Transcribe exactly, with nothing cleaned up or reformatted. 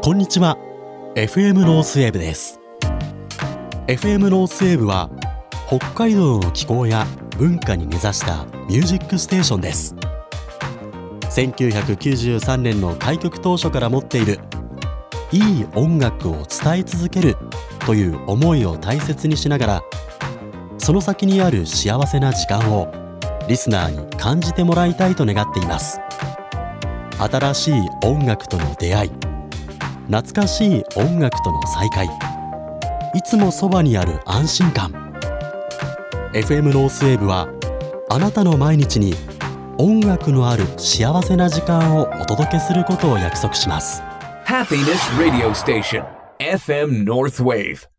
こんにちは。 エフエム ノースウェーブです。 エフエム ノースウェーブは北海道の気候や文化に根ざしたミュージックステーションです。せんきゅうひゃくきゅうじゅうさんねんの開局当初から持っているいい音楽を伝え続けるという思いを大切にしながら、その先にある幸せな時間をリスナーに感じてもらいたいと願っています。新しい音楽との出会い、懐かしい音楽との再会、いつもそばにある安心感。 エフエム ノースウェーブはあなたの毎日に音楽のある幸せな時間をお届けすることを約束します。 Happiness Radio Station エフエム North Wave